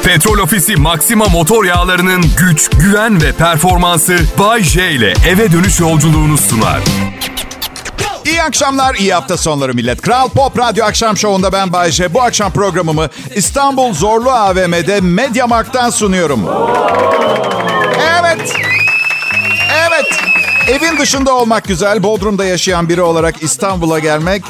Petrol Ofisi Maxima motor yağlarının güç, güven ve performansı Bay J ile eve dönüş yolculuğunu sunar. İyi akşamlar, iyi hafta sonları millet. Kral Pop Radyo Akşam Şovu'nda ben Bay J. Bu akşam programımı İstanbul Zorlu AVM'de MediaMarkt'tan sunuyorum. Evet. Evin dışında olmak güzel. Bodrum'da yaşayan biri olarak İstanbul'a gelmek...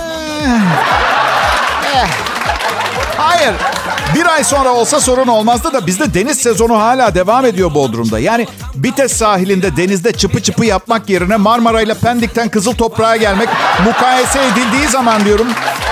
Hayır. Bir ay sonra olsa sorun olmazdı da bizde deniz sezonu hala devam ediyor Bodrum'da. Yani Bites sahilinde denizde çıpı çıpı yapmak yerine Marmara ile Pendik'ten Kızıl Toprağa gelmek mukayese edildiği zaman diyorum.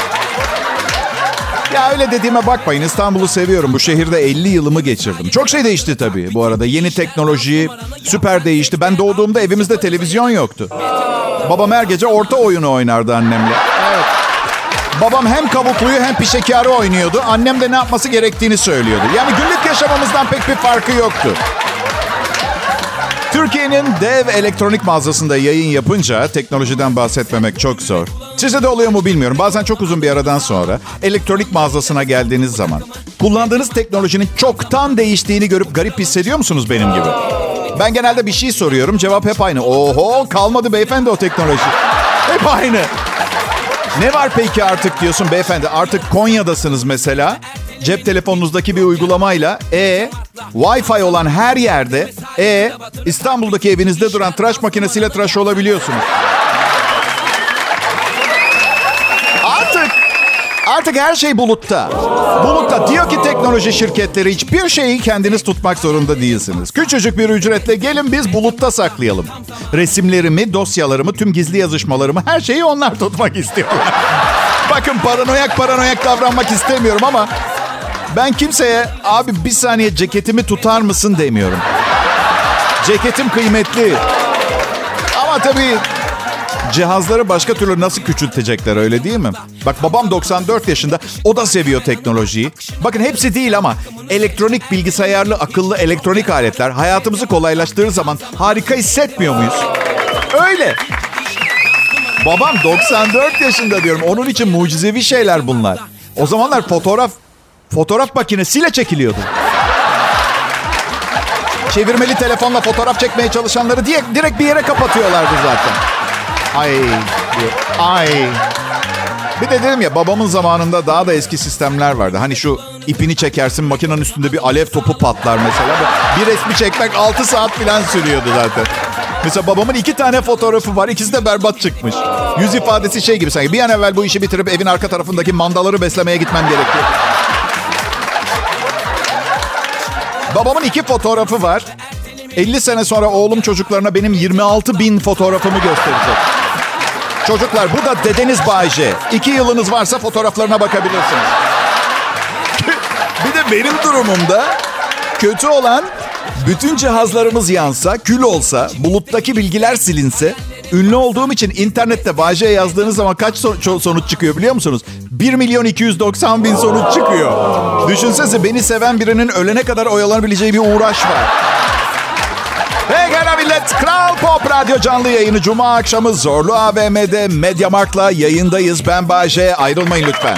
Ya öyle dediğime bakmayın, İstanbul'u seviyorum. Bu şehirde 50 yılımı geçirdim. Çok şey değişti tabii bu arada. Yeni teknoloji süper değişti. Ben doğduğumda evimizde televizyon yoktu. Babam her gece orta oyunu oynardı annemle. Evet. Babam hem kavukluyu hem pişekarı oynuyordu. Annem de ne yapması gerektiğini söylüyordu. Yani günlük yaşamamızdan pek bir farkı yoktu. Türkiye'nin dev elektronik mağazasında yayın yapınca teknolojiden bahsetmemek çok zor. Size de oluyor mu bilmiyorum. Bazen çok uzun bir aradan sonra elektronik mağazasına geldiğiniz zaman kullandığınız teknolojinin çoktan değiştiğini görüp garip hissediyor musunuz benim gibi? Ben genelde bir şey soruyorum. Cevap hep aynı. Oho, kalmadı beyefendi o teknoloji. Hep aynı. Ne var peki artık diyorsun beyefendi? Artık Konya'dasınız mesela. Cep telefonunuzdaki bir uygulamayla Wi-Fi olan her yerde İstanbul'daki evinizde duran tıraş makinesiyle tıraş olabiliyorsunuz. Artık her şey bulutta. Bulutta diyor ki teknoloji şirketleri, hiçbir şeyi kendiniz tutmak zorunda değilsiniz. Küçücük bir ücretle gelin biz bulutta saklayalım. Resimlerimi, dosyalarımı, tüm gizli yazışmalarımı, her şeyi onlar tutmak istiyorlar. Bakın paranoyak davranmak istemiyorum ama ben kimseye abi bir saniye ceketimi tutar mısın demiyorum. Ceketim kıymetli. Ama tabii cihazları başka türlü nasıl küçültecekler, öyle değil mi? Bak babam 94 yaşında, o da seviyor teknolojiyi. Bakın hepsi değil ama elektronik, bilgisayarlı, akıllı elektronik aletler hayatımızı kolaylaştırır zaman harika hissetmiyor muyuz? Öyle. Babam 94 yaşında diyorum. Onun için mucizevi şeyler bunlar. O zamanlar fotoğraf makinesiyle çekiliyordu. Çevirmeli telefonla fotoğraf çekmeye çalışanları direkt bir yere kapatıyorlardı zaten. Ay. Bir de dedim ya, babamın zamanında daha da eski sistemler vardı. Hani şu ipini çekersin, makinenin üstünde bir alev topu patlar mesela. Bir resmi çekmek 6 saat falan sürüyordu zaten. Mesela babamın 2 tane fotoğrafı var. İkisi de berbat çıkmış. Yüz ifadesi şey gibi sanki. Bir an evvel bu işi bitirip evin arka tarafındaki mandaları beslemeye gitmem gerekiyor. Babamın 2 fotoğrafı var. 50 sene sonra oğlum çocuklarına benim 26.000 fotoğrafımı gösterecek. Çocuklar, bu da dedeniz Bay J. 2 yılınız varsa fotoğraflarına bakabilirsiniz. Bir de benim durumumda kötü olan, bütün cihazlarımız yansa, kül olsa, buluttaki bilgiler silinse, ünlü olduğum için internette Bay J yazdığınız zaman kaç sonuç çıkıyor biliyor musunuz? 1.290.000 sonuç çıkıyor. Düşünsenize, beni seven birinin ölene kadar oyalanabileceği bir uğraş var. Pekala millet, Kral Pop Radyo canlı yayını Cuma akşamı Zorlu AVM'de MediaMarkt'la yayındayız. Ben Bay J, ayrılmayın lütfen.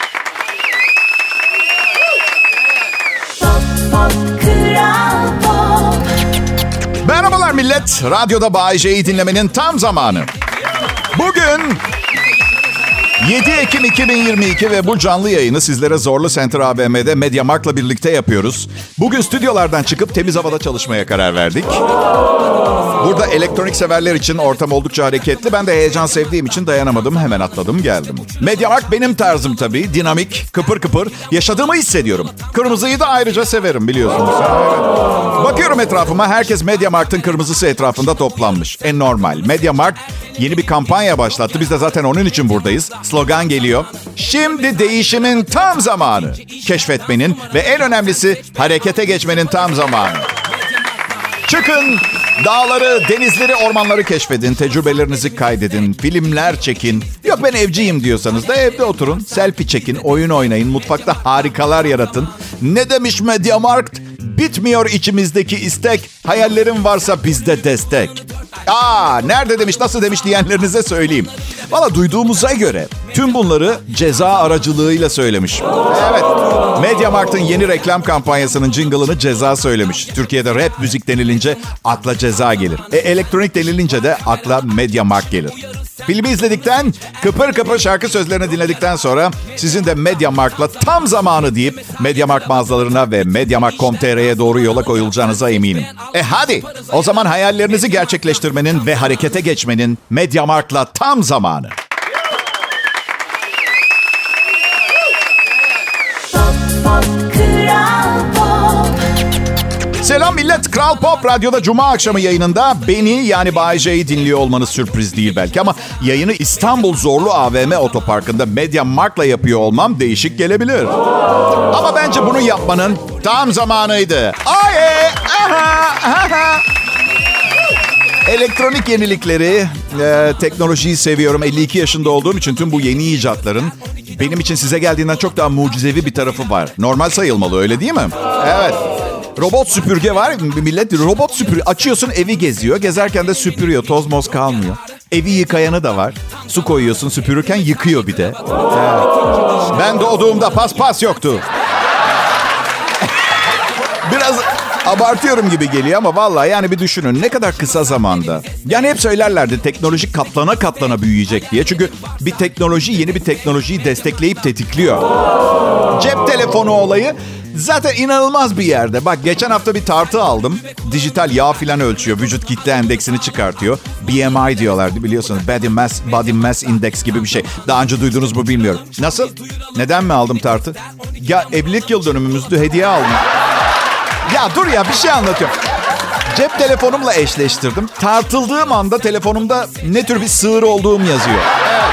Merhabalar millet, radyoda Bay J'yi dinlemenin tam zamanı. Bugün 7 Ekim 2022 ve bu canlı yayını sizlere Zorlu Center AVM'de MediaMarkt'la birlikte yapıyoruz. Bugün stüdyolardan çıkıp temiz havada çalışmaya karar verdik. Burada elektronik severler için ortam oldukça hareketli. Ben de heyecan sevdiğim için dayanamadım. Hemen atladım geldim. MediaMarkt benim tarzım tabii. Dinamik, kıpır kıpır. Yaşadığımı hissediyorum. Kırmızıyı da ayrıca severim biliyorsunuz. Bakıyorum etrafıma, herkes MediaMarkt'ın kırmızısı etrafında toplanmış. Normal. MediaMarkt yeni bir kampanya başlattı. Biz de zaten onun için buradayız. Slogan geliyor. Şimdi değişimin tam zamanı. Keşfetmenin ve en önemlisi harekete geçmenin tam zamanı. Çıkın, dağları, denizleri, ormanları keşfedin. Tecrübelerinizi kaydedin. Filmler çekin. Yok ben evciyim diyorsanız da evde oturun. Selfie çekin, oyun oynayın. Mutfakta harikalar yaratın. Ne demiş MediaMarkt? Bitmiyor içimizdeki istek. Hayallerin varsa bizde destek. Nerede demiş, nasıl demiş diyenlerinize söyleyeyim. Valla duyduğumuza göre tüm bunları ceza aracılığıyla söylemiş. Evet, MediaMarkt'ın yeni reklam kampanyasının jingle'ını Ceza söylemiş. Türkiye'de rap müzik denilince akla Ceza gelir. Elektronik denilince de akla MediaMarkt gelir. Filmi izledikten, kıpır kıpır şarkı sözlerini dinledikten sonra sizin de MediaMarkt'la tam zamanı deyip MediaMarkt mağazalarına ve MediaMarkt.com.tr'ye doğru yola koyulacağınıza eminim. Hadi o zaman hayallerinizi gerçekleştirmenin ve harekete geçmenin MediaMarkt'la tam zamanı. Selam millet. Kral Pop Radyo'da Cuma akşamı yayınında beni yani Bay J'yi dinliyor olmanız sürpriz değil belki ama yayını İstanbul Zorlu AVM Otoparkı'nda MediaMarkt'la yapıyor olmam değişik gelebilir. Ama bence bunu yapmanın tam zamanıydı. Elektronik yenilikleri, teknolojiyi seviyorum. 52 yaşında olduğum için tüm bu yeni icatların benim için size geldiğinden çok daha mucizevi bir tarafı var. Normal sayılmalı, öyle değil mi? Evet. Robot süpürge var. Millet robot süpürge. Açıyorsun, evi geziyor. Gezerken de süpürüyor. Toz moz kalmıyor. Evi yıkayanı da var. Su koyuyorsun, süpürürken yıkıyor bir de. Evet. Ben doğduğumda paspas yoktu. Biraz abartıyorum gibi geliyor ama vallahi yani bir düşünün ne kadar kısa zamanda. Yani hep söylerlerdi teknoloji katlana katlana büyüyecek diye. Çünkü bir teknoloji yeni bir teknolojiyi destekleyip tetikliyor. Cep telefonu olayı zaten inanılmaz bir yerde. Bak geçen hafta bir tartı aldım. Dijital yağ filan ölçüyor. Vücut kitle endeksini çıkartıyor. BMI diyorlardı biliyorsunuz. Body Mass Index gibi bir şey. Daha önce duydunuz mu bilmiyorum. Nasıl? Neden mi aldım tartı? Ya evlilik yıl dönümümüzdü, hediye aldım. Ya dur ya, bir şey anlatıyorum. Cep telefonumla eşleştirdim. Tartıldığım anda telefonumda ne tür bir sığır olduğum yazıyor. Evet.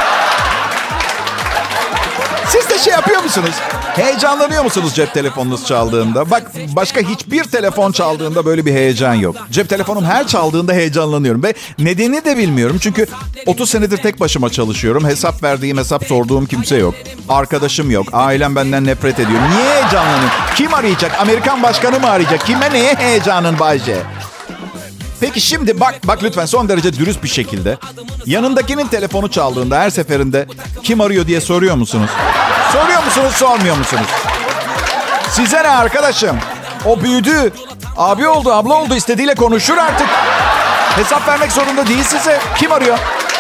Siz de şey yapıyor musunuz? Heyecanlanıyor musunuz cep telefonunuz çaldığında? Bak başka hiçbir telefon çaldığında böyle bir heyecan yok. Cep telefonum her çaldığında heyecanlanıyorum. Ve nedeni de bilmiyorum. Çünkü 30 senedir tek başıma çalışıyorum. Hesap verdiğim, hesap sorduğum kimse yok. Arkadaşım yok. Ailem benden nefret ediyor. Niye heyecanlanıyorum? Kim arayacak? Amerikan başkanı mı arayacak? Kime neye heyecanın Bay J? Peki şimdi bak lütfen son derece dürüst bir şekilde. Yanındakinin telefonu çaldığında her seferinde kim arıyor diye soruyor musunuz? Soruyor musunuz, sormuyor musunuz? Size ne arkadaşım? O büyüdü. Abi oldu, abla oldu. İstediğiyle konuşur artık. Hesap vermek zorunda değil size. Kim arıyor?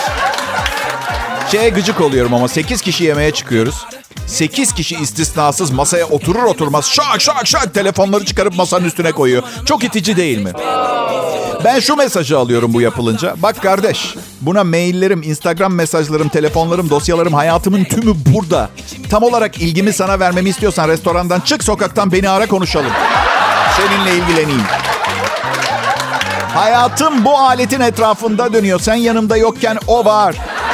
Gıcık oluyorum ama 8 kişi yemeğe çıkıyoruz. 8 kişi istisnasız masaya oturur oturmaz şak telefonları çıkarıp masanın üstüne koyuyor. Çok itici değil mi? Ben şu mesajı alıyorum bu yapılınca. Bak kardeş, buna maillerim, Instagram mesajlarım, telefonlarım, dosyalarım, hayatımın tümü burada. Tam olarak ilgimi sana vermemi istiyorsan restorandan çık, sokaktan beni ara, konuşalım. Seninle ilgileneyim. Hayatım bu aletin etrafında dönüyor. Sen yanımda yokken o var.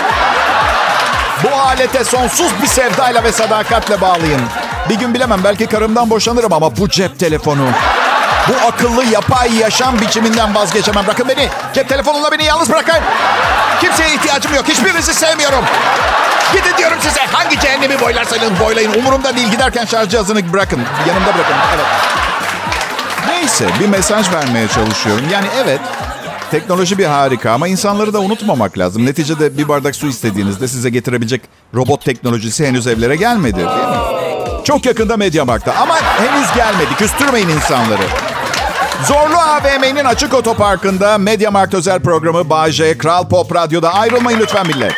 Bu alete sonsuz bir sevdayla ve sadakatle bağlıyım. Bir gün bilemem, belki karımdan boşanırım ama bu cep telefonu, bu akıllı yapay yaşam biçiminden vazgeçemem. Bırakın beni. Cep telefonuyla beni yalnız bırakın. Kimseye ihtiyacım yok. Hiçbirinizi sevmiyorum. Gidin diyorum size. Hangi cehennemi boylarsanız boylayın. Umurumda değil. Giderken şarj cihazını bırakın. Yanımda bırakın. Evet. Neyse, bir mesaj vermeye çalışıyorum. Yani evet, teknoloji bir harika ama insanları da unutmamak lazım. Neticede bir bardak su istediğinizde size getirebilecek robot teknolojisi henüz evlere gelmedi, değil mi? Çok yakında MediaMarkt'ta ama henüz gelmedi. Küstürmeyin insanları. Zorlu AVM'nin açık otoparkında MediaMarkt özel programı Bay J, Kral Pop Radyo'da. Ayrılmayın lütfen millet.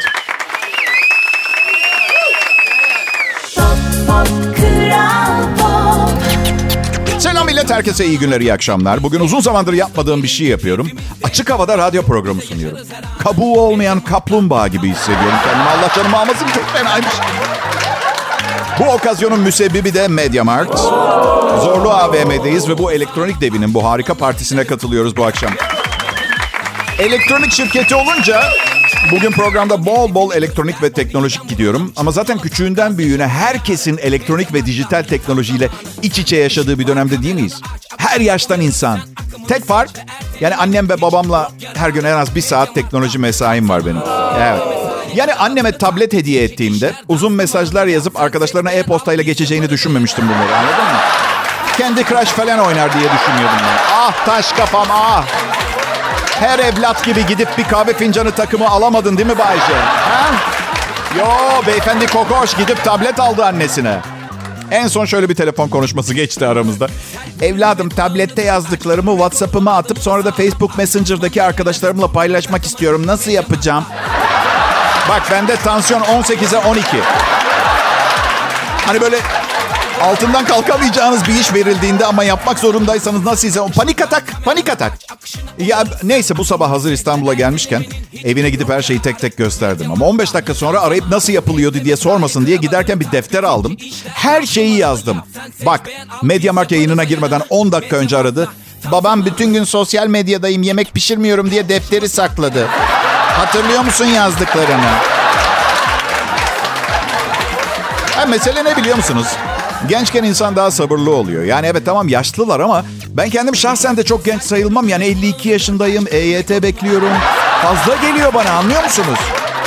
Selam millet, herkese iyi günler, iyi akşamlar. Bugün uzun zamandır yapmadığım bir şey yapıyorum. Açık havada radyo programı sunuyorum. Kabuğu olmayan kaplumbağa gibi hissediyorum kendimi. Allah canımı almasın, çok fenaymış. Bu okazyonun müsebbibi de MediaMarkt. Zorlu AVM'deyiz ve bu elektronik devinin bu harika partisine katılıyoruz bu akşam. Elektronik şirketi olunca bugün programda bol bol elektronik ve teknolojik gidiyorum. Ama zaten küçüğünden büyüğüne herkesin elektronik ve dijital teknolojiyle iç içe yaşadığı bir dönemde değil miyiz? Her yaştan insan. Tek fark, yani annem ve babamla her gün en az 1 saat teknoloji mesaim var benim. Evet. Yani anneme tablet hediye ettiğimde uzun mesajlar yazıp arkadaşlarına e-postayla geçeceğini düşünmemiştim bunları, anladın mı? Candy Crush falan oynar diye düşünüyordum ben. Ah taş kafam ah. Her evlat gibi gidip bir kahve fincanı takımı alamadın değil mi Bayce? Ha? Yo, beyefendi kokoş gidip tablet aldı annesine. En son şöyle bir telefon konuşması geçti aramızda. Evladım, tablette yazdıklarımı WhatsApp'ıma atıp sonra da Facebook Messenger'daki arkadaşlarımla paylaşmak istiyorum. Nasıl yapacağım? Bak, bende tansiyon 18'e 12. Hani böyle altından kalkamayacağınız bir iş verildiğinde ama yapmak zorundaysanız nasılsa panik atak. Ya neyse, bu sabah hazır İstanbul'a gelmişken evine gidip her şeyi tek tek gösterdim. Ama 15 dakika sonra arayıp nasıl yapılıyordu diye sormasın diye giderken bir defter aldım. Her şeyi yazdım. Bak, MediaMarkt yayınına girmeden 10 dakika önce aradı. Babam bütün gün sosyal medyadayım, yemek pişirmiyorum diye defteri sakladı. Hatırlıyor musun yazdıklarını? Mesele ne biliyor musunuz? Gençken insan daha sabırlı oluyor. Yani evet, tamam yaşlılar ama ben kendim şahsen de çok genç sayılmam. Yani 52 yaşındayım, EYT bekliyorum. Fazla geliyor bana, anlıyor musunuz?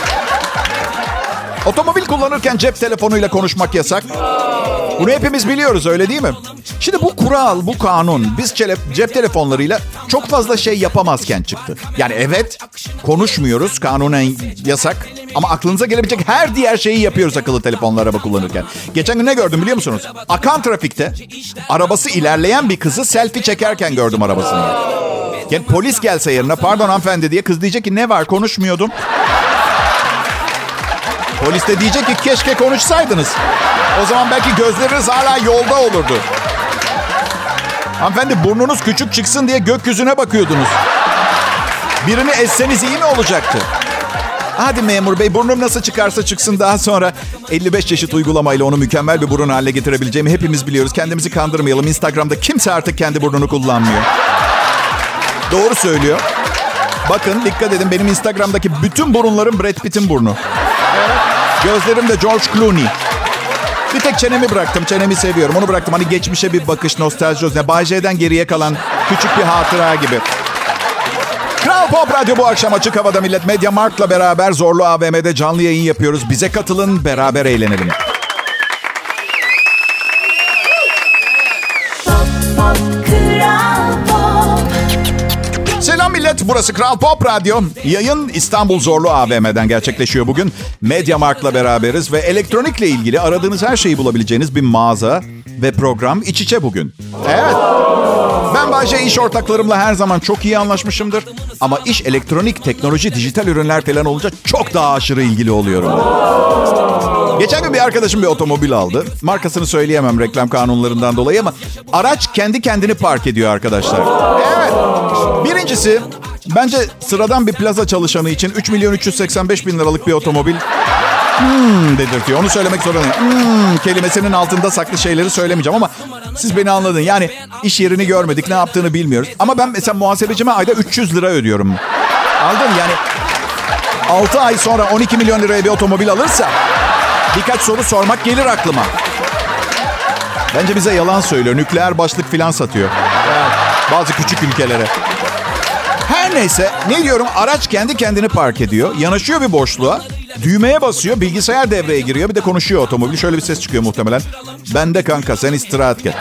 Otomobil kullanırken cep telefonuyla konuşmak yasak. Bunu hepimiz biliyoruz, öyle değil mi? Şimdi bu kural, bu kanun biz cep telefonlarıyla çok fazla şey yapamazken çıktı. Yani evet, konuşmuyoruz, kanunen yasak. Ama aklınıza gelebilecek her diğer şeyi yapıyoruz akıllı telefonla araba kullanırken. Geçen gün ne gördüm biliyor musunuz? Akan trafikte arabası ilerleyen bir kızı selfie çekerken gördüm arabasını. Yani polis gelse yerine, pardon hanımefendi diye, kız diyecek ki ne var, konuşmuyordum. Polis de diyecek ki keşke konuşsaydınız. O zaman belki gözleriniz hala yolda olurdu. Hanımefendi, burnunuz küçük çıksın diye gökyüzüne bakıyordunuz. Birini esseniz iyi mi olacaktı? Hadi memur bey, burnum nasıl çıkarsa çıksın, daha sonra 55 çeşit uygulamayla onu mükemmel bir burun haline getirebileceğimi hepimiz biliyoruz. Kendimizi kandırmayalım. Instagram'da kimse artık kendi burnunu kullanmıyor. Doğru söylüyor. Bakın, dikkat edin, benim Instagram'daki bütün burunlarım Brad Pitt'in burnu. Gözlerim de George Clooney. Bir tek çenemi bıraktım. Çenemi seviyorum. Onu bıraktım. Hani geçmişe bir bakış, nostalji. Bay J'den geriye kalan küçük bir hatıra gibi. Kral Pop Radyo bu akşam açık havada millet. MediaMarkt'la beraber Zorlu AVM'de canlı yayın yapıyoruz. Bize katılın, beraber eğlenelim. Selam millet, burası Kral Pop Radyo. Yayın İstanbul Zorlu AVM'den gerçekleşiyor bugün. MediaMarkt'la beraberiz ve elektronikle ilgili aradığınız her şeyi bulabileceğiniz bir mağaza ve program iç içe bugün. Evet. Ben Bay J iş ortaklarımla her zaman çok iyi anlaşmışımdır. Ama iş elektronik, teknoloji, dijital ürünler falan olunca çok daha aşırı ilgili oluyorum. Geçen gün bir arkadaşım bir otomobil aldı. Markasını söyleyemem reklam kanunlarından dolayı ama araç kendi kendini park ediyor arkadaşlar. Evet. Birincisi, bence sıradan bir plaza çalışanı için 3.385.000 liralık bir otomobil dedirtiyor. Onu söylemek zorundayım. Kelimesinin altında saklı şeyleri söylemeyeceğim ama siz beni anladın. Yani iş yerini görmedik, ne yaptığını bilmiyoruz. Ama ben mesela muhasebecime ayda 300 lira ödüyorum. Anladın mı? Yani 6 ay sonra 12 milyon liraya bir otomobil alırsa birkaç soru sormak gelir aklıma. Bence bize yalan söylüyor. Nükleer başlık filan satıyor. Bazı küçük ülkelere. Her neyse, ne diyorum, araç kendi kendini park ediyor. Yanaşıyor bir boşluğa. Düğmeye basıyor, bilgisayar devreye giriyor. Bir de konuşuyor otomobil. Şöyle bir ses çıkıyor muhtemelen. Bende kanka, sen istirahat et.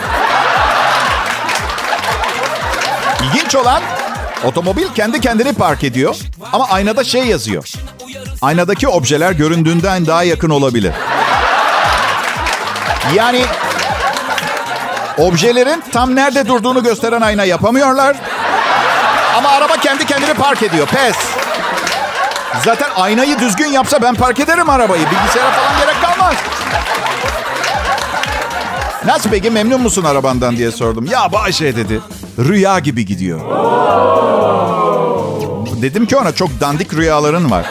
İlginç olan, otomobil kendi kendini park ediyor. Ama aynada şey yazıyor. Aynadaki objeler göründüğünden daha yakın olabilir. Yani objelerin tam nerede durduğunu gösteren ayna yapamıyorlar. Ama araba kendi kendini park ediyor. Pes. Zaten aynayı düzgün yapsa ben park ederim arabayı. Bilgisayara falan gerek kalmaz. Nasıl peki, memnun musun arabandan diye sordum. Ya Bayşe dedi. Rüya gibi gidiyor. Dedim ki ona, çok dandik rüyaların var.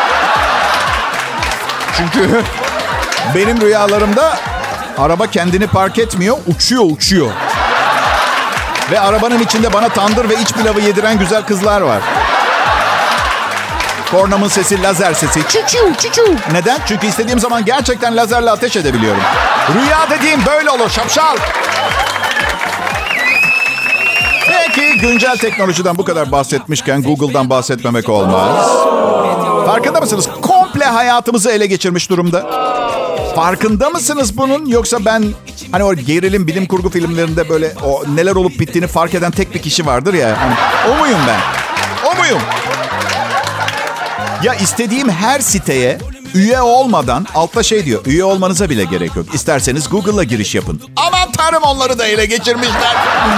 Çünkü benim rüyalarımda araba kendini park etmiyor, uçuyor. Ve arabanın içinde bana tandır ve iç pilavı yediren güzel kızlar var. Kornamın sesi lazer sesi. Çuçu. Neden? Çünkü istediğim zaman gerçekten lazerle ateş edebiliyorum. Rüya dediğim böyle olur şapşal. Peki, güncel teknolojiden bu kadar bahsetmişken Google'dan bahsetmemek olmaz. Farkında mısınız? Komple hayatımızı ele geçirmiş durumda. Farkında mısınız bunun? Yoksa ben hani o gerilim bilim kurgu filmlerinde böyle o neler olup bittiğini fark eden tek bir kişi vardır ya. Hani, o muyum ben? O muyum? Ya istediğim her siteye üye olmadan altta şey diyor. Üye olmanıza bile gerek yok. İsterseniz Google'la giriş yapın. Aman tanrım, onları da ele geçirmişler.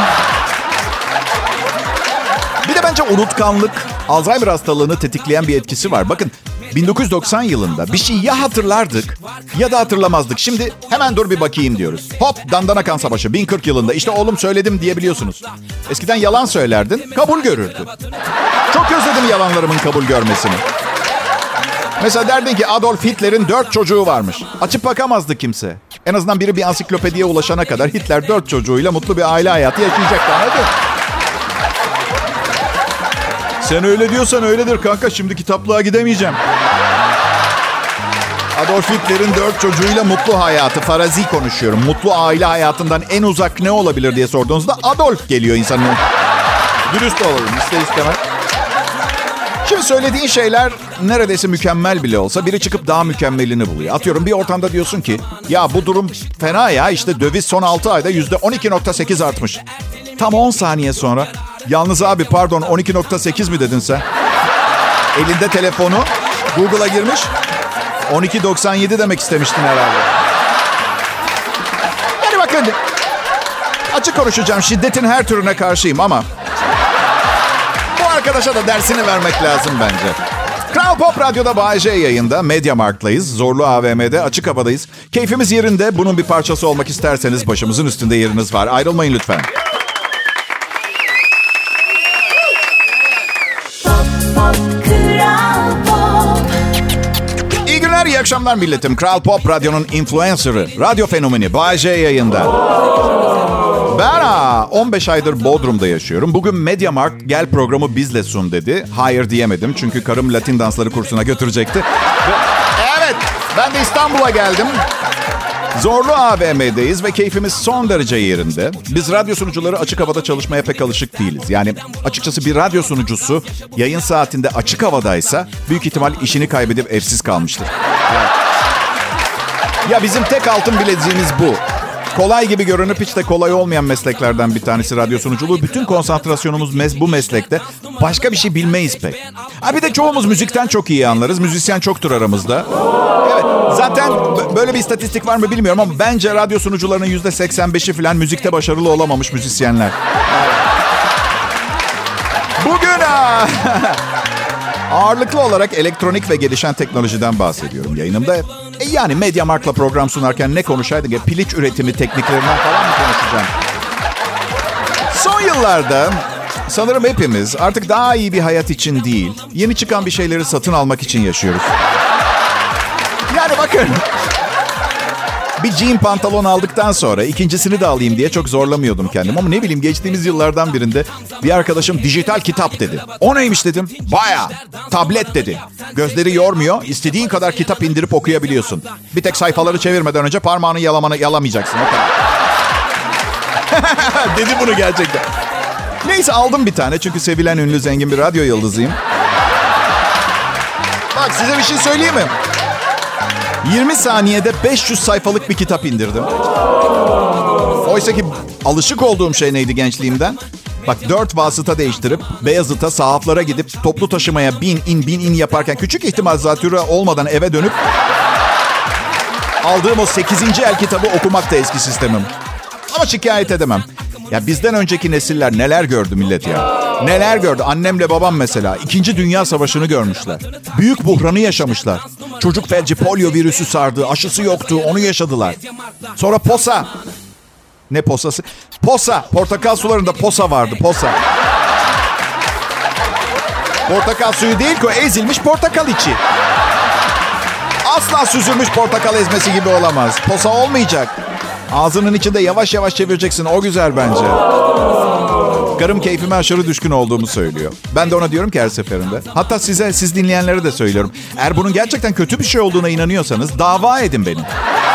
Bir de bence unutkanlık Alzheimer hastalığını tetikleyen bir etkisi var. Bakın 1990 yılında bir şey ya hatırlardık ya da hatırlamazdık. Şimdi hemen dur bir bakayım diyoruz. Hop, Dandana Kan Savaşı 1040 yılında. İşte oğlum söyledim diyebiliyorsunuz. Eskiden yalan söylerdin, kabul görürdü. Çok özledim yalanlarımın kabul görmesini. Mesela derdin ki Adolf Hitler'in 4 çocuğu varmış. Açıp bakamazdı kimse. En azından biri bir ansiklopediye ulaşana kadar Hitler 4 çocuğuyla mutlu bir aile hayatı yaşayacaktı. Anladın? Sen öyle diyorsan öyledir kanka. Şimdi kitaplığa gidemeyeceğim. Adolf Hitler'in 4 çocuğuyla mutlu hayatı. Farazi konuşuyorum. Mutlu aile hayatından en uzak ne olabilir diye sorduğunuzda Adolf geliyor insanın. Dürüst olalım ister istemez. Şimdi söylediğin şeyler neredeyse mükemmel bile olsa biri çıkıp daha mükemmelini buluyor. Atıyorum bir ortamda diyorsun ki ya bu durum fena ya, işte döviz son 6 ayda %12.8 artmış. Tam 10 saniye sonra yalnız abi pardon 12.8 mi dedin sen? Elinde telefonu Google'a girmiş 12.97 demek istemiştin herhalde. Yani bakın açık konuşacağım, şiddetin her türüne karşıyım ama arkadaşa da dersini vermek lazım bence. Kral Pop Radyo'da Bay J yayında. Mediamarkt'tayız. Zorlu AVM'de açık havadayız. Keyfimiz yerinde. Bunun bir parçası olmak isterseniz başımızın üstünde yeriniz var. Ayrılmayın lütfen. İyi günler, iyi akşamlar milletim. Kral Pop Radyo'nun influencer'ı, radyo fenomeni Bay J yayında. Ben 15 aydır Bodrum'da yaşıyorum. Bugün Mediamarkt gel programı bizle sun dedi. Hayır diyemedim çünkü karım Latin dansları kursuna götürecekti. Evet, ben de İstanbul'a geldim. Zorlu AVM'deyiz ve keyfimiz son derece yerinde. Biz radyo sunucuları açık havada çalışmaya pek alışık değiliz. Yani açıkçası bir radyo sunucusu yayın saatinde açık havadaysa büyük ihtimal işini kaybedip evsiz kalmıştır. Evet. Ya bizim tek altın bileziğimiz bu. Kolay gibi görünüp hiç de kolay olmayan mesleklerden bir tanesi radyo sunuculuğu. Bütün konsantrasyonumuz bu meslekte. Başka bir şey bilmeyiz pek. Bir de çoğumuz müzikten çok iyi anlarız. Müzisyen çoktur aramızda. Evet, zaten böyle bir istatistik var mı bilmiyorum ama bence radyo sunucularının %85'i falan müzikte başarılı olamamış müzisyenler. Bugün ağırlıklı olarak elektronik ve gelişen teknolojiden bahsediyorum yayınımda. Yani Mediamarkt'la program sunarken ne konuşaydık ya? Piliç üretimi tekniklerinden falan mı konuşacağım? Son yıllarda sanırım hepimiz artık daha iyi bir hayat için değil, yeni çıkan bir şeyleri satın almak için yaşıyoruz. Yani bakın, bir jean pantolon aldıktan sonra ikincisini de alayım diye çok zorlamıyordum kendimi. Ama ne bileyim, geçtiğimiz yıllardan birinde bir arkadaşım dijital kitap dedi. O neymiş dedim. Bayağı tablet dedi. Gözleri yormuyor. İstediğin kadar kitap indirip okuyabiliyorsun. Bir tek sayfaları çevirmeden önce parmağını yalamayacaksın. O kadar. Dedi bunu gerçekten. Neyse aldım bir tane çünkü sevilen ünlü zengin bir radyo yıldızıyım. Bak size bir şey söyleyeyim mi? 20 saniyede 500 sayfalık bir kitap indirdim. Oysa ki alışık olduğum şey neydi gençliğimden? Bak 4 vasıta değiştirip Beyazıt'a, sahaflara gidip toplu taşımaya bin in yaparken küçük ihtimal zatürre olmadan eve dönüp aldığım o 8. el kitabı okumak da eski sistemim. Ama şikayet edemem. Ya bizden önceki nesiller neler gördü millet ya. Neler gördü. Annemle babam mesela 2. Dünya Savaşı'nı görmüşler. Büyük buhranı yaşamışlar. Çocuk felci, polio virüsü sardı. Aşısı yoktu. Onu yaşadılar. Sonra posa. Ne posası? Posa. Portakal sularında posa vardı. Posa. Portakal suyu değil ki o, ezilmiş portakal içi. Asla süzülmüş portakal ezmesi gibi olamaz. Posa olmayacak. Ağzının içinde yavaş yavaş çevireceksin. O güzel bence. Karım keyfime aşırı düşkün olduğumu söylüyor. Ben de ona diyorum ki her seferinde. Hatta siz dinleyenlere de söylüyorum. Eğer bunun gerçekten kötü bir şey olduğuna inanıyorsanız dava edin beni.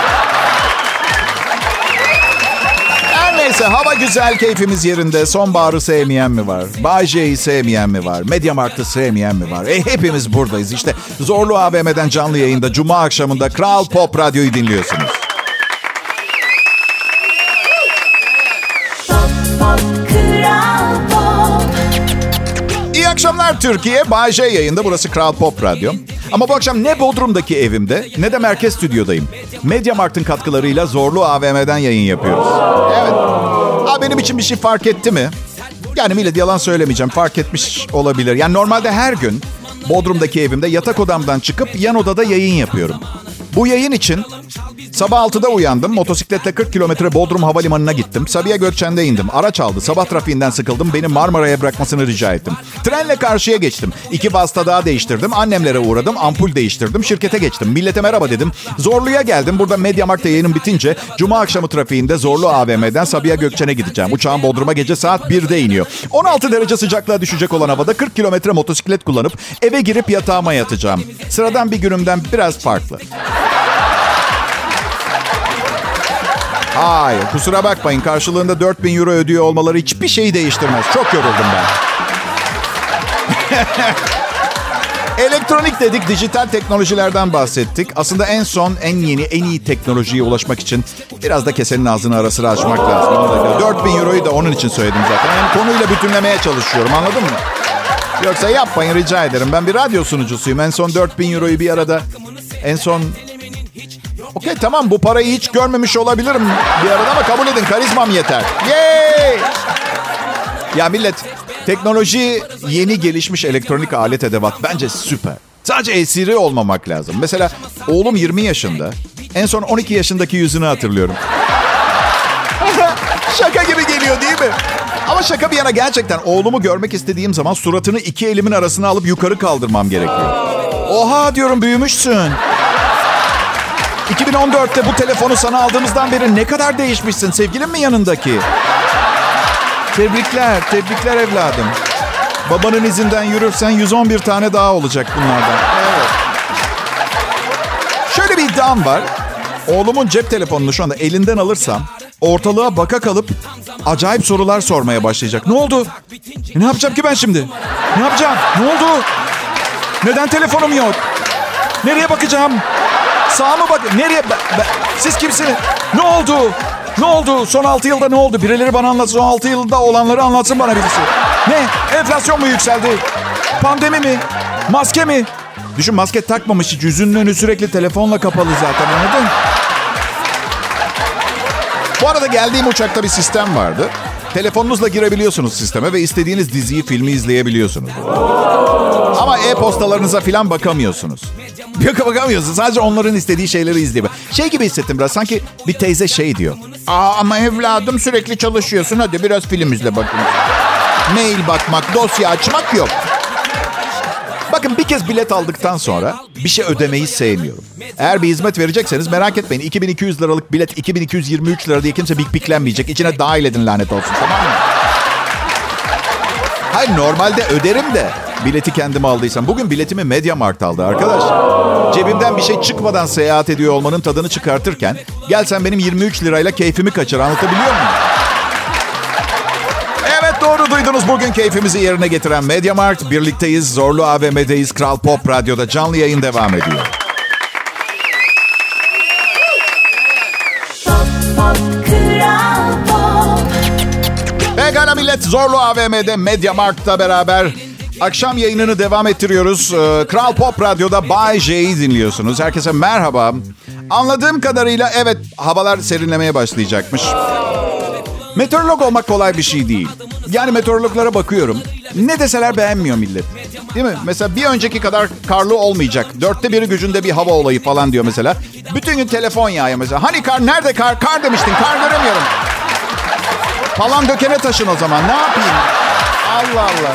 Her neyse, hava güzel, keyfimiz yerinde. Sonbaharı sevmeyen mi var? Bay J'yi sevmeyen mi var? Mediamarkt'ı sevmeyen mi var? Hepimiz buradayız. İşte Zorlu AVM'den canlı yayında Cuma akşamında Kral Pop Radyo'yu dinliyorsunuz. akşamlar Türkiye. Bay J yayında. Burası Kral Pop Radyo. Ama bu akşam ne Bodrum'daki evimde ne de merkez stüdyodayım. MediaMarkt'ın katkılarıyla Zorlu AVM'den yayın yapıyoruz. Evet. Benim için bir şey fark etti mi? Yani millet, yalan söylemeyeceğim, fark etmiş olabilir. Yani normalde her gün Bodrum'daki evimde yatak odamdan çıkıp yan odada yayın yapıyorum. Bu yayın için sabah 6'da uyandım. Motosikletle 40 kilometre Bodrum Havalimanı'na gittim. Sabiha Gökçen'de indim. Araç aldı. Sabah trafiğinden sıkıldım. Beni Marmara'ya bırakmasını rica ettim. Trenle karşıya geçtim. 2 vasıta daha değiştirdim. Annemlere uğradım. Ampul değiştirdim. Şirkete geçtim. Millete merhaba dedim. Zorlu'ya geldim. Burada MediaMarkt'ta yayınım bitince Cuma akşamı trafiğinde Zorlu AVM'den Sabiha Gökçen'e gideceğim. Uçağım Bodrum'a gece saat 1'de iniyor. 16 derece sıcaklığa düşecek olan havada 40 kilometre motosiklet kullanıp eve girip yatağıma yatacağım. Sıradan bir günümden biraz farklı. Hayır, kusura bakmayın. Karşılığında 4.000 euro ödüyor olmaları hiçbir şeyi değiştirmez. Çok yoruldum ben. Elektronik dedik, dijital teknolojilerden bahsettik. Aslında en son, en yeni, en iyi teknolojiye ulaşmak için biraz da kesenin ağzını ara sıra açmak lazım. 4.000 euroyu da onun için söyledim zaten. Yani konuyla bütünlemeye çalışıyorum, anladın mı? Yoksa yapmayın, rica ederim. Ben bir radyo sunucusuyum. En son 4.000 euroyu bir arada... Okey, tamam, bu parayı hiç görmemiş olabilirim bir arada ama kabul edin, karizmam yeter. Yay! Ya millet, teknoloji, yeni gelişmiş elektronik alet edevat bence süper. Sadece esiri olmamak lazım. Mesela oğlum 20 yaşında. En son 12 yaşındaki yüzünü hatırlıyorum. Şaka gibi geliyor değil mi? Ama şaka bir yana, gerçekten oğlumu görmek istediğim zaman suratını 2 elimin arasına alıp yukarı kaldırmam gerekiyor. Oha diyorum, büyümüşsün. 2014'te bu telefonu sana aldığımızdan beri ne kadar değişmişsin. Sevgilin mi yanındaki? Tebrikler evladım. Babanın izinden yürürsen 111 tane daha olacak bunlardan. Evet. Şöyle bir iddiam var. Oğlumun cep telefonunu şu anda elinden alırsam ortalığa baka kalıp acayip sorular sormaya başlayacak. Ne oldu? Ne yapacağım ki ben şimdi? Ne yapacağım? Ne oldu? Neden telefonum yok? Nereye bakacağım? Sağa mı bak? Nereye? Siz kimsiniz? Ne oldu? Ne oldu? Son 6 yılda ne oldu? Birileri bana anlatsın. Son 6 yılda olanları anlatsın bana birisi. Ne? Enflasyon mu yükseldi? Pandemi mi? Maske mi? Düşün, maske takmamış. Hiç yüzünün önü sürekli telefonla kapalı zaten, anladın? Bu arada geldiğim uçakta bir sistem vardı. Telefonunuzla girebiliyorsunuz sisteme ve istediğiniz diziyi, filmi izleyebiliyorsunuz. Ama e-postalarınıza falan bakamıyorsunuz. Bakamıyorsunuz. Sadece onların istediği şeyleri izleyebiliyorsunuz. Şey gibi hissettim biraz. Sanki bir teyze şey diyor. Ama evladım sürekli çalışıyorsun. Hadi biraz film izle bakın. Mail bakmak, dosya açmak yok. Bakın, bir kez bilet aldıktan sonra bir şey ödemeyi sevmiyorum. Eğer bir hizmet verecekseniz merak etmeyin. 2200 liralık bilet 2223 lira diye kimse biklenmeyecek. İçine dahil edin, lanet olsun, tamam mı? Hayır, normalde öderim de bileti kendim aldıysam. Bugün biletimi MediaMarkt aldı arkadaş. Cebimden bir şey çıkmadan seyahat ediyor olmanın tadını çıkartırken gel sen benim 23 lirayla keyfimi kaçır, anlatabiliyor muyum? Evet, doğru duydunuz. Bugün keyfimizi yerine getiren MediaMarkt. Birlikteyiz. Zorlu AVM'deyiz. Kral Pop Radyo'da canlı yayın devam ediyor. Pekala millet, Zorlu AVM'de MediaMarkt'la beraber akşam yayınını devam ettiriyoruz. Kral Pop Radyo'da Bay J'yi dinliyorsunuz. Herkese merhaba. Anladığım kadarıyla evet, havalar serinlemeye başlayacakmış. Meteorolog olmak kolay bir şey değil. Yani meteorologlara bakıyorum. Ne deseler beğenmiyor millet. Değil mi? Mesela bir önceki kadar karlı olmayacak. 1/4 gücünde bir hava olayı falan diyor mesela. Bütün gün telefon yağıyor mesela. Hani kar? Nerede kar? Kar demiştin. Kar göremiyorum. Falan dökene taşın o zaman. Ne yapayım? Allah Allah.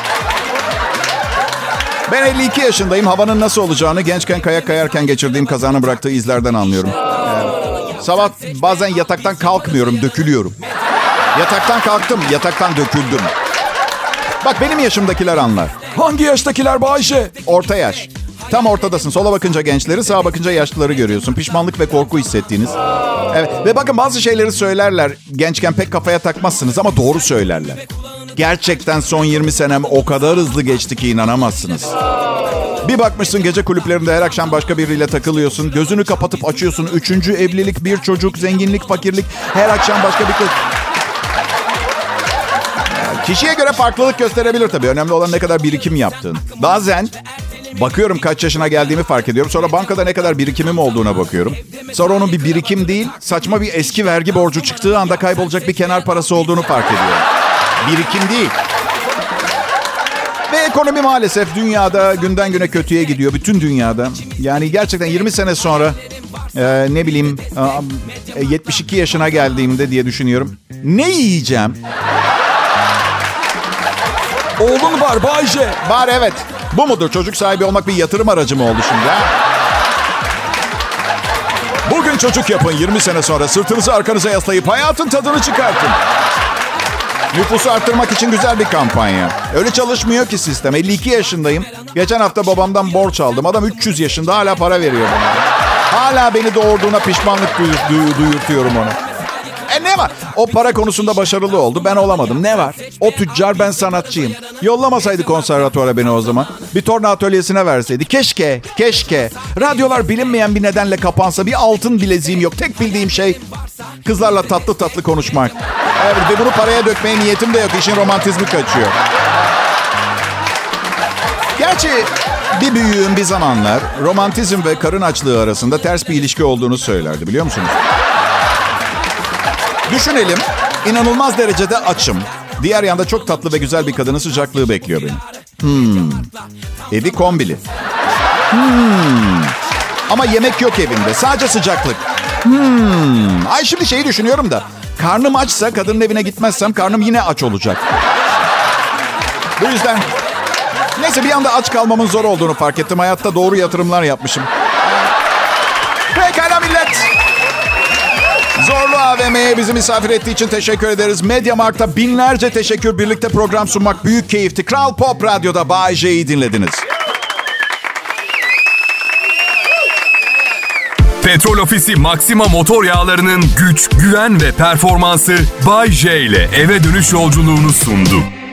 Ben 52 yaşındayım. Havanın nasıl olacağını gençken kayak kayarken geçirdiğim kazanın bıraktığı izlerden anlıyorum. Sabah bazen yataktan kalkmıyorum, dökülüyorum. Yataktan kalktım, yataktan döküldüm. Bak, benim yaşımdakiler anlar. Hangi yaştakiler Bayşe? Orta yaş. Tam ortadasın. Sola bakınca gençleri, sağa bakınca yaşlıları görüyorsun. Pişmanlık ve korku hissettiğiniz. Evet. Ve bakın, bazı şeyleri söylerler. Gençken pek kafaya takmazsınız ama doğru söylerler. Gerçekten son 20 senem o kadar hızlı geçti ki inanamazsınız. Bir bakmışsın gece kulüplerinde her akşam başka biriyle takılıyorsun. Gözünü kapatıp açıyorsun. 3. evlilik, bir çocuk, zenginlik, fakirlik. Her akşam başka bir kız. Kişiye göre farklılık gösterebilir tabii. Önemli olan ne kadar birikim yaptığın. Bazen bakıyorum kaç yaşına geldiğimi fark ediyorum. Sonra bankada ne kadar birikimim olduğuna bakıyorum. Sonra onun bir birikim değil, saçma bir eski vergi borcu çıktığı anda kaybolacak bir kenar parası olduğunu fark ediyorum. Birikim değil. Ve ekonomi maalesef dünyada günden güne kötüye gidiyor. Bütün dünyada. Yani gerçekten 20 sene sonra 72 yaşına geldiğimde diye düşünüyorum. Ne yiyeceğim? Oğlun var Bay J. Var evet. Bu mudur? Çocuk sahibi olmak bir yatırım aracı mı oldu şimdi ha? Bugün çocuk yapın, 20 sene sonra sırtınızı arkanıza yaslayıp hayatın tadını çıkartın. Nüfusu arttırmak için güzel bir kampanya. Öyle çalışmıyor ki sistem. 52 yaşındayım. Geçen hafta babamdan borç aldım. Adam 300 yaşında hala para veriyor bana. Hala beni doğurduğuna pişmanlık duyurtuyorum ona. Ne var? O para konusunda başarılı oldu. Ben olamadım. Ne var? O tüccar, ben sanatçıyım. Yollamasaydı konservatuara beni o zaman. Bir torna atölyesine verseydi. Keşke. Radyolar bilinmeyen bir nedenle kapansa. Bir altın bileziğim yok. Tek bildiğim şey kızlarla tatlı tatlı konuşmak. Evet, ve bunu paraya dökmeye niyetim de yok. İşin romantizmi kaçıyor. Gerçi bir büyüğüm bir zamanlar romantizm ve karın açlığı arasında ters bir ilişki olduğunu söylerdi, biliyor musunuz? Düşünelim, inanılmaz derecede açım. Diğer yanda çok tatlı ve güzel bir kadının sıcaklığı bekliyor beni. Evi kombili. Ama yemek yok evinde, sadece sıcaklık. Ay şimdi şeyi düşünüyorum da, karnım açsa, kadının evine gitmezsem karnım yine aç olacak. Bu yüzden neyse, bir anda aç kalmamın zor olduğunu fark ettim. Hayatta doğru yatırımlar yapmışım. Pekala millet. Zorlu AVM'ye bizi misafir ettiği için teşekkür ederiz. Mediamarkt'ta binlerce teşekkür. Birlikte program sunmak büyük keyifti. Kral Pop Radyo'da Bay J'yi dinlediniz. Petrol Ofisi Maxima motor yağlarının güç, güven ve performansı Bay J ile eve dönüş yolculuğunu sundu.